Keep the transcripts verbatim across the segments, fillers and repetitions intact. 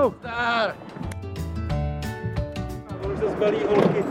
Go! Star! Už se zbalí holky.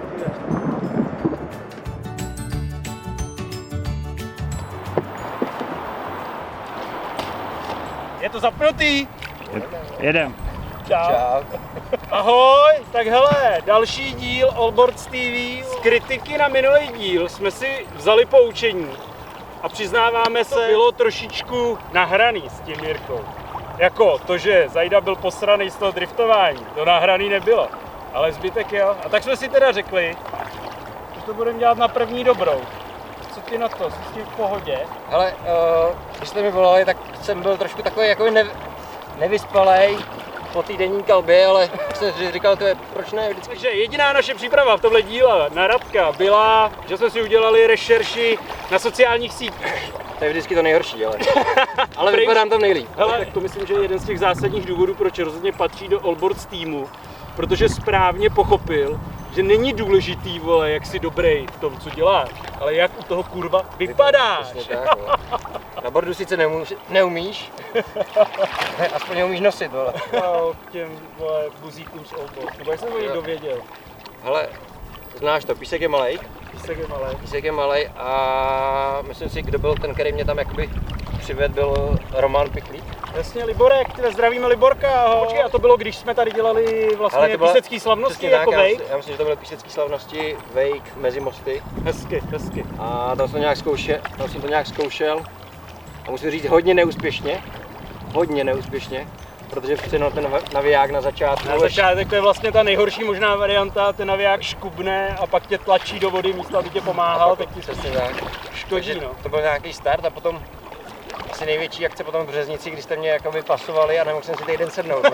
Je to zapnutý. Jedem. Čau. Čau. Ahoj, tak hele, další díl Allboards T V. Z kritiky na minulý díl jsme si vzali poučení a přiznáváme se, bylo trošičku nahraný s tím Jirkou. Jako to, že Zajda byl posraný z toho driftování, to nahraný nebylo, ale zbytek jo. A tak jsme si teda řekli, že to budeme dělat na první dobrou. Co ty na to, jsi s tím v pohodě? Hele, uh, když jste mi volali, tak jsem byl trošku takový jako nev, nevyspalej po té denní kalbě, ale jsem si říkal, to je, proč ne vždycky. Takže jediná naše příprava v tomhle díle na Radka byla, že jsme si udělali rešerši na sociálních sítích. To je vždycky to nejhorší, ale, ale vypadám tam nejlíp. Hele, tak to myslím, že je jeden z těch zásadních důvodů, proč rozhodně patří do Allboards týmu, protože správně pochopil, že není důležitý, vole, jak jsi dobrý v tom, co děláš, ale jak u toho kurva vypadáš. Přesně tak, vole. Na bordu sice neumíš, neumíš aspoň neumíš nosit, vole. No, k těm, vole, buzíkům z Allboards, nebo jak jsem o nich dověděl. Hele, znáš to, písek je malej. Písek je malý. Písek je malej a myslím si, kdo byl ten, který mě tam jakoby přivedl, byl Roman Pichlík. Jasně, Liborek, tyhle zdravíme Liborka, ahoj. Počkej, a to bylo, když jsme tady dělali vlastně byla, písecký slavnosti jako tak, wake? Já, já myslím, že to byly písecký slavnosti, wake mezi mosty. Hezky, hezky. A tam jsem to nějak zkoušel, tam jsem to nějak zkoušel a musím říct hodně neúspěšně, hodně neúspěšně, protože přece no, ten naviják na začátku. Na začátek to je vlastně ta nejhorší možná varianta, ten naviják škubne a pak tě tlačí do vody místo, aby tě pomáhal, tak ti přesně tak. škodí, Takže no. to byl nějaký start a potom asi největší akce potom v Březnici, kdy jste mě jakoby pasovali a nemohl jsem si týden sednout.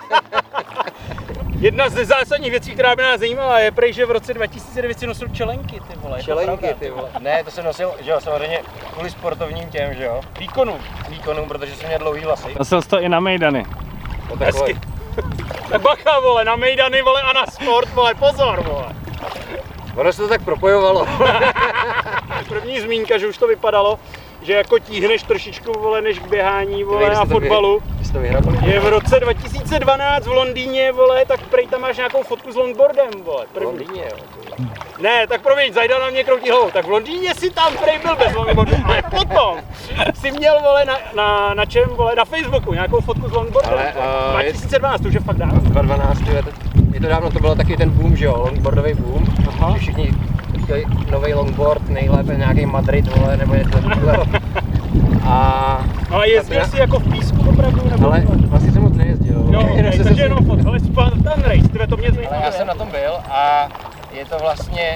Jedna z zásadních věcí, která by nás zajímala, je prej, že v roce dva tisíce devět si nosil čelenky, ty vole. Je to Čelenky, pravda, ty vole. Ne, to jsem nosil, že jo, samozřejmě kvůli sportovním těm, že jo. Výkonům. Výkonům, protože jsem měl dlouhý vlasy. Nosil jsi to i na mejdany. No, Hezky. Tak bacha, vole, na mejdany, vole, a na sport, vole, pozor, vole. Ono se to tak propojovalo. První zmínka, že už to vypadalo, že jako tíhneš trošičku, vole, než k běhání, vole, Ty, a fotbalu. Ty jsi to vyhrabal. Je v roce dva tisíce dvanáct v Londýně, vole, tak prej tam máš nějakou fotku s longboardem, vole. V První. Londýně, jo. Ne, tak promiň, Zajda na mě kroutí hlavou. Tak v Londýně si tam prej byl bez longboardu, ale potom si měl, vole, na, na, na čem, vole, na Facebooku nějakou fotku s longboardem. Ale, uh, dva tisíce dvanáct, to už je fakt dávno. dva tisíce dvanáct, je to, je to dávno, to bylo taky ten boom, že jo, longboardový boom. Aha. Že všichni říkali nový longboard, nejlépe nějaký Madrid, vole, nebo něco takového. A... No a jezdil jsi jako v písku opravdu, nebo? Ale vlastně jsem moc nejezdil. Jo, Jenom okay, jsem takže si- jenom fot, ale Spartan Race, tyhle, to mě zajímá. Ale já jsem na tom byl a je to vlastně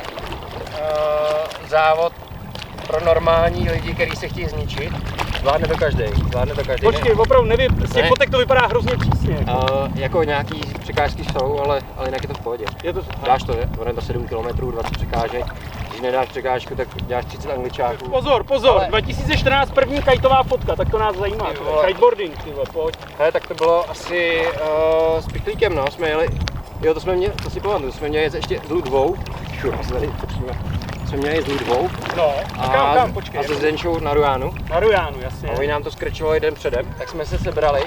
uh, závod pro normální lidi, kteří se chtějí zničit. Zvládne to každý, zvládne to každý. Počkej, opravdu nevím, z těch Ne. fotek to vypadá hrozně přísně. Uh, jako nějaký překážky jsou, ale, ale jinak je to v pohodě. Je to, Dáš to, ono je to sedm kilometrů, dvacet překážek. Když nedáš překážku, tak děláš třicet angličáků. pozor, pozor, Ale- dva tisíce čtrnáct první kajtová fotka, tak to nás zajímá. Ty vole. Kiteboarding, ty vole, pojď. Hele, tak to bylo asi uh, s Pichlíkem, no, jsme jeli, jo, to jsme měli, to si pamatuju, jsme měli jet ještě z Ludvou, šur, se tady točíme, jsme měli jet z Ludvou No, a kam, kam, počkej. a se Zdenčou na Rujánu. Na Rujánu, jasně. A oni nám to skrčovali den předem, tak jsme se sebrali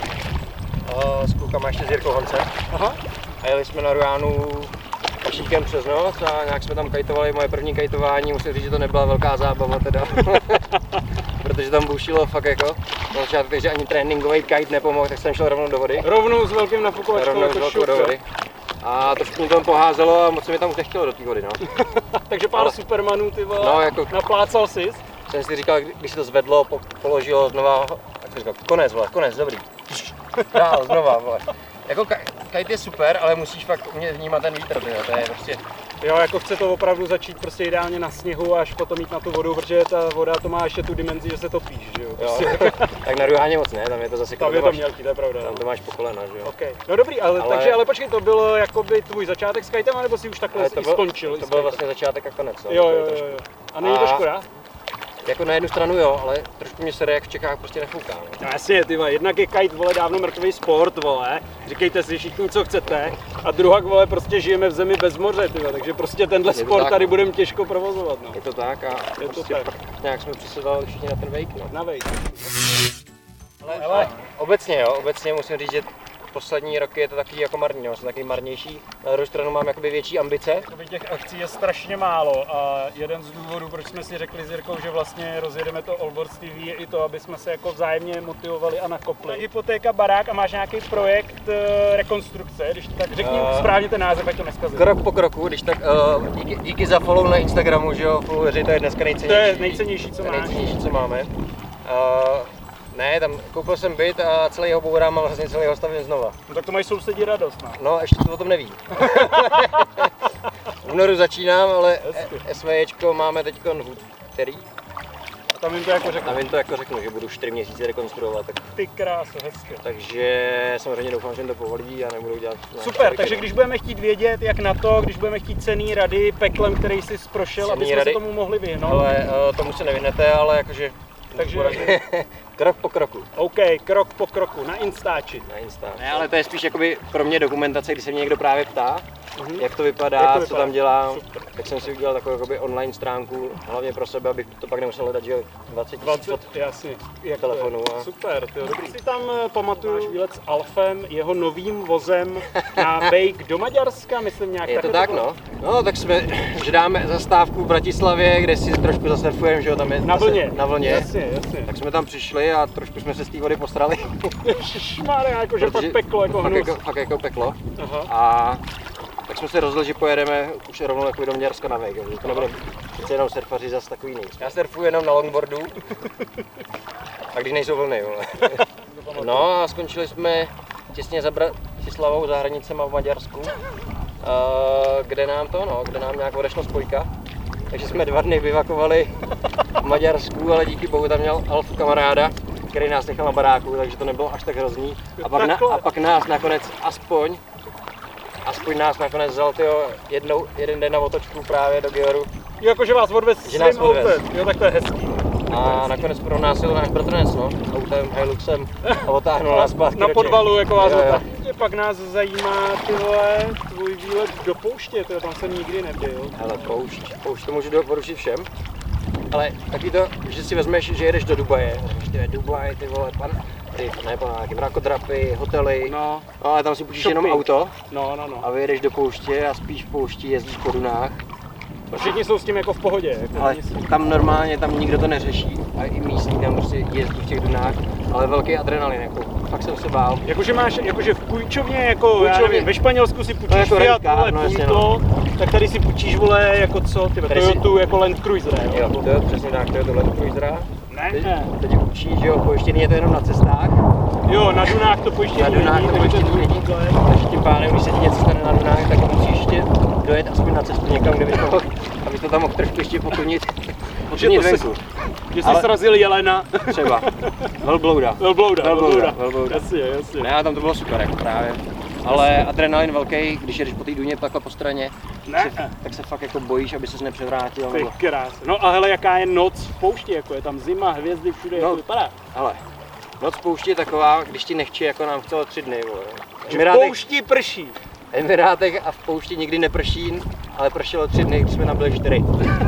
uh, s klukama ještě s Jirkou Honcem Aha. a jeli jsme na Rujánu pašíkem přes noc a nějak jsme tam kajtovali, moje první kajtování, musím říct, že to nebyla velká zábava teda, protože tam bušilo fakt jako, na začátku, takže ani tréninkový kite nepomohl, tak jsem šel rovnou do vody. Rovnou s velkým nafukovačkou, Rovnou z jako velkou šup, do jo. vody. A trošku mi to tam poházelo a moc se mi tam už nechtělo do té vody, no. Takže pár Ale- supermanů, ty vole, No, jako- naplácal jsi. Jsem si říkal, když se to zvedlo, po, položilo znova, tak jsem říkal, konec, vole, konec, dobrý. Dál, znova, vole. Jako ka- kite je super, ale musíš fakt umět vnímat ten vítr, tyjo, to je prostě, Jo, jako chce to opravdu začít prostě ideálně na sněhu a až potom jít na tu vodu, protože ta voda to má ještě tu dimenzi, že se topíš, že jo. jo. Prostě, Tak na Ruháně moc ne, tam je to zase, tam je tam to máš, mělký, to je pravda. tam to máš po kolena, že jo. Okay. No dobrý, ale, Ale- takže, ale počkej, to byl jakoby tvůj začátek s kitem, nebo si už takhle Ale to i byl, skončil? to s byl kitem? vlastně začátek a konec, no, Jo, to je jo, jo, trošku. jo. A není to A- škoda? Jako na jednu stranu jo, ale trošku mě sere, jak v Čechách prostě nefouká, no. No jasně, ty vole, jednak je kite, vole, dávno mrtvý sport, vole, říkejte si všichni, co chcete, a druhak, vole, prostě žijeme v zemi bez moře, ty vole, takže prostě tenhle Je to sport tak, tady no. budeme těžko provozovat, no. Je to tak a Je to prostě tak. nějak jsme přisedali všichni na ten wake, no. Na vejš. Ale, ale obecně jo, obecně musím říct, že poslední roky je to taky jako marný, no, jsem taky marnější. Na druhou stranu mám jakoby větší ambice. Těch akcí je strašně málo a jeden z důvodů, proč jsme si řekli s Jirkou, že vlastně rozjedeme to Allboards T V, je i to, aby jsme se jako vzájemně motivovali a nakopli. Hypotéka, barák a máš nějaký projekt uh, rekonstrukce, když tak řekni uh, správně ten název, ať to neskazím. Krok po kroku, když tak uh, díky, díky za follow na Instagramu, že jo, followeři, to je dneska nejcennější. To je nejcennější, co máš. Nejcennější, co máme. Uh, ne, tam koupil jsem byt a celý ho bourám a vlastně celý ho stavím znova. No tak to mají sousedí radost, no. No, ještě to o tom neví. V únoru začínám, ale SVJčko máme teď v který? A tam jim to jako řeknu. Tam jim to jako řeknu, že budu čtyři měsíce rekonstruovat. Tak... Ty kráso, hezky. Takže samozřejmě doufám, že jim to povolí a nebudu dělat... Super, takže když budeme chtít vědět, jak na to, když budeme chtít cenný rady peklem, který jsi prošel, aby jsme se tomu mohli vyhnout. Ale uh, tomu se nevyhnete, ale jakože... Takže krok po kroku. OK, krok po kroku, na Instači. Na Instači. Ne, ale to je spíš jakoby pro mě dokumentace, když se mě někdo právě ptá, mm-hmm. jak to vypadá, jak to vypadá, co tam dělám. Super. Tak jsem si udělal takovou jakoby online stránku, hlavně pro sebe, abych to pak nemusel hledat, že dvacet tisíc jasně, jak telefonů. A... Super, ty dobrý. Si tam pamatuješ výlet s Alfem, jeho novým vozem na bejk do Maďarska, myslím nějak. Je to tak, no. No, tak jsme, že dáme zastávku v Bratislavě, kde si trošku zasurfujeme, že jo, tam je na vlně. Na vlně. Jasně, jasně. Tak jsme tam přišli a trošku jsme se z té vody posrali. Ježišmarja, jakože fakt peklo, jako fakt hnus. Jako, fakt jako peklo. Aha. A tak jsme se rozhodli, že pojedeme už rovnou jako do Maďarska na wake, že to nebude přece jenom surfaři zas takový nejsou. Já surfuji jenom na longboardu, a když nejsou vlny, vole. No a skončili jsme těsně za Bratislavou, za hranicema v Maďarsku, kde nám to, no, kde nám nějak odešla spojka. Takže jsme dva dny vyvakovali v Maďarsku, ale díky bohu tam měl Alf kamaráda, který nás nechal na baráku, takže to nebylo až tak hrozný. A pak, na, a pak nás nakonec aspoň, aspoň nás nakonec vzal tyjo, jednou, jeden den na otočku právě do Gioru. Jakože vás odvez svým autem, jo, tak to je hezký. A nakonec pro nás jel náš bratranec, no, autem, Hiluxem a otáhnul nás zpátky na do podvalu, jako vás otáhnul. Pak nás zajímá, ty vole, tvůj výlet do pouště, tyjo, tam jsem nikdy nebyl. Hele, poušť, poušť to můžu doporučit všem. Ale taky to, že si vezmeš, že jedeš do Dubaje, ty je Dubaj, ty vole, pan, ty, ne, pan, nějaký mrakodrapy, hotely, no, no ale tam si půjčíš jenom auto no, no, no. a vyjedeš do pouště a spíš v poušti, jezdíš po dunách. Všichni jsou s tím jako v pohodě. Jako ale tam normálně, tam nikdo to neřeší a i místní tam prostě jezdí v těch dunách, ale velký adrenalin, jako fakt jsem se bál. Jakože máš, jakože v půjčovně, jako půjčovně. Já nevím, ve Španělsku si půjčíš jako Fiat, vole, no, Punto, no. tak tady si půjčíš, vole, jako co, ty Toyotu, si... jako Land Cruisera, jo? Jo, to je přesně tak, to je to Land Cruisera. Ne, teď, ne. Teď učíš, že jo, pojištěný je to jenom na cestách. Jo, na dunách to pojištění není. Na dunách to pojištění není. Takže tím pádem, když se ti něco stane na dunách, tak musíš ještě dojet aspoň na cestu někam, kde bys mohl, aby to tam mohl trošku ještě potunit, potunit venku. Že jsi srazil jelena. Třeba. Velblouda. Velblouda, velblouda. Velblouda. Jasně, jasně. Ne, a tam to bylo super, jako právě. Ale adrenalin velký, když jedeš po té duně takhle po straně, ne. Tak, se, tak se fakt jako bojíš, aby ses nepřevrátil. Ty krás. No a hele, jaká je noc v poušti, jako je tam zima, hvězdy všude, no, jak to vypadá? Hele, noc v poušti je taková, když ti nechče, jako nám chcelo tři dny, vole. V poušti prší. V Emirátech a v poušti nikdy neprší, ale pršelo tři dny, když jsme tam byli čtyři.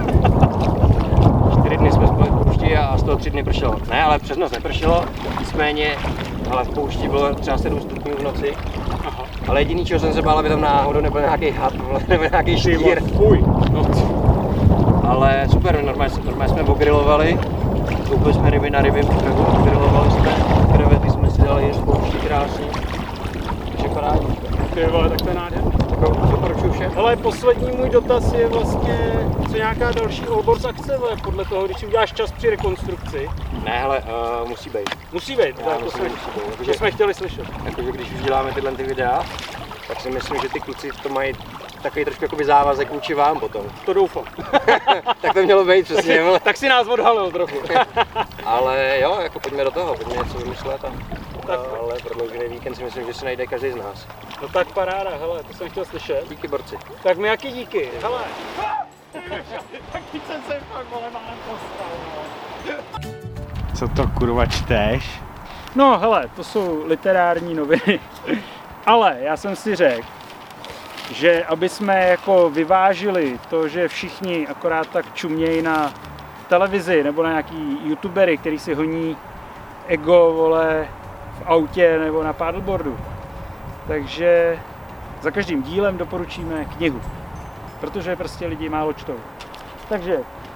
Čtyři dny jsme spali v poušti a z toho tři dny pršelo. Ne, ale přes noc nepršelo, nicméně, ale v poušti bylo třeba sedm stupňů v noci. Aha. Ale jediný, čeho jsem se bál, aby tam náhodou nebyl nějaký had, nebo nějaký štír. Fuj. No. Ale super, normálně, normálně jsme ogrilovali, koupili jsme ryby na ryby, ogrilovali jsme, krevety jsme si dali z pouští krásně. Takže parádní. Ty vole, tak to je nádherný. Doporučuji všem. Ale poslední můj dotaz je vlastně, co nějaká další Allboards akce, vole, podle toho, když si uděláš čas při rekonstrukci. Ne, hele, uh, musí být. Musí být, Já, to, musí jsme, být, musí být. Jako, to jsme chtěli slyšet. Jakože když už děláme tyhle ty videa, tak si myslím, že ty kluci to mají takový trošku jakoby závazek vůči vám potom. To doufám. Tak to mělo být přesně. tak, tak si nás odhalil trochu. Ale jo, jako pojďme do toho, pojďme něco vymyslet. A, tak. Ale prodloužený víkend si myslím, že si najde každý z nás. No tak paráda, hele, to jsem chtěl slyšet. Díky borci. Tak mi jaký díky, hele. Tak teď jsem se fakt vole málem postal, no. Co to kurva čteš? No hele, to jsou literární noviny. Ale já jsem si řekl, že aby jsme jako vyvážili to, že všichni akorát tak čumějí na televizi nebo na nějaký youtubery, který si honí ego, vole, v autě nebo na paddleboardu, Takže za každým dílem doporučíme knihu, protože prostě lidi málo čtou. Takže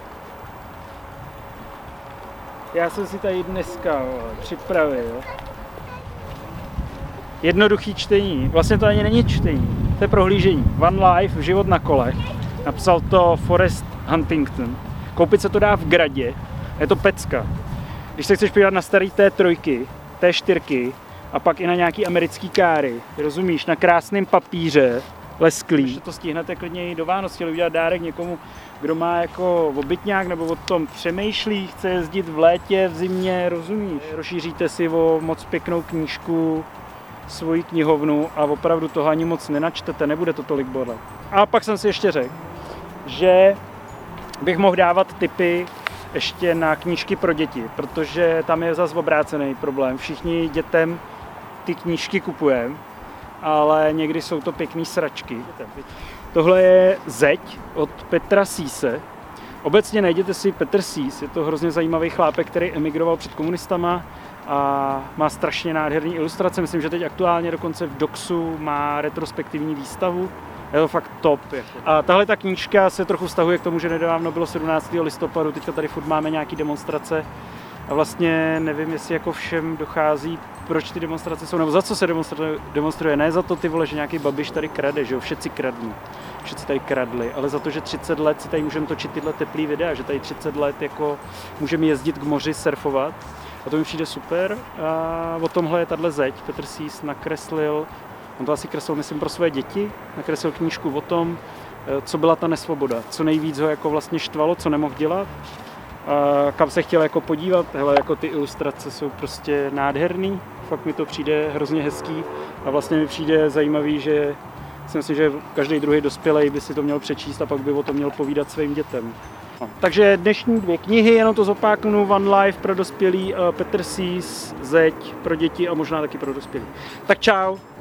já jsem si tady dneska připravil jednoduchý čtení. Vlastně to ani není čtení, to je prohlížení. One Life, život na kolech. Napsal to Forrest Huntington. Koupit se to dá v Gradě, je to pecka. Když se chceš podívat na starý té trojky, té čtyřky a pak i na nějaký americký káry, rozumíš, na krásném papíře, lesklý. Když to stihnete klidně i do Vánoc, chtěli udělat dárek někomu, kdo má jako obytňák nebo o tom přemýšlí, chce jezdit v létě, v zimě, rozumíš. Rozšíříte si o moc pěknou knížku, svoji knihovnu a opravdu toho ani moc nenačtete, nebude to tolik bolet. A pak jsem si ještě řekl, že bych mohl dávat tipy ještě na knížky pro děti, protože tam je zase obrácený problém. Všichni dětem ty knížky kupujeme, ale někdy jsou to pěkný sračky. Tohle je Zeď od Petra Síse. Obecně najděte si Petr Sís, je to hrozně zajímavý chlápek, který emigroval před komunistama a má strašně nádherný ilustrace. Myslím, že teď aktuálně dokonce v Doxu má retrospektivní výstavu. Je to fakt top. Jako. A tahle ta knížka se trochu vztahuje k tomu, že nedávno bylo sedmnáctého listopadu, teďka tady furt máme nějaké demonstrace a vlastně nevím, jestli jako všem dochází, proč ty demonstrace jsou, nebo za co se demonstruje, demonstruje. Ne za to, ty vole, že nějaký Babiš tady krade, že jo, všetci kradnou. Všetci tady kradli, ale za to, že třicet let si tady můžeme točit tyhle teplý videa, že tady třicet let jako můžeme jezdit k moři, surfovat. A to mi přijde super. A o tomhle je tahle Zeď. Petr Sís nakreslil, on to asi kreslil, myslím, pro své děti, nakreslil knížku o tom, co byla ta nesvoboda, co nejvíc ho jako vlastně štvalo, co nemohl dělat, a kam se chtěl jako podívat. Hele, jako ty ilustrace jsou prostě nádherný, fakt mi to přijde hrozně hezký a vlastně mi přijde zajímavý, že si myslím, že každý druhý dospělej by si to měl přečíst a pak by o tom měl povídat svým dětem. No. Takže dnešní dvě knihy, jenom to zopáknu, One Life pro dospělí, Petr Sís, Zeď pro děti a možná taky pro dospělí. Tak čau!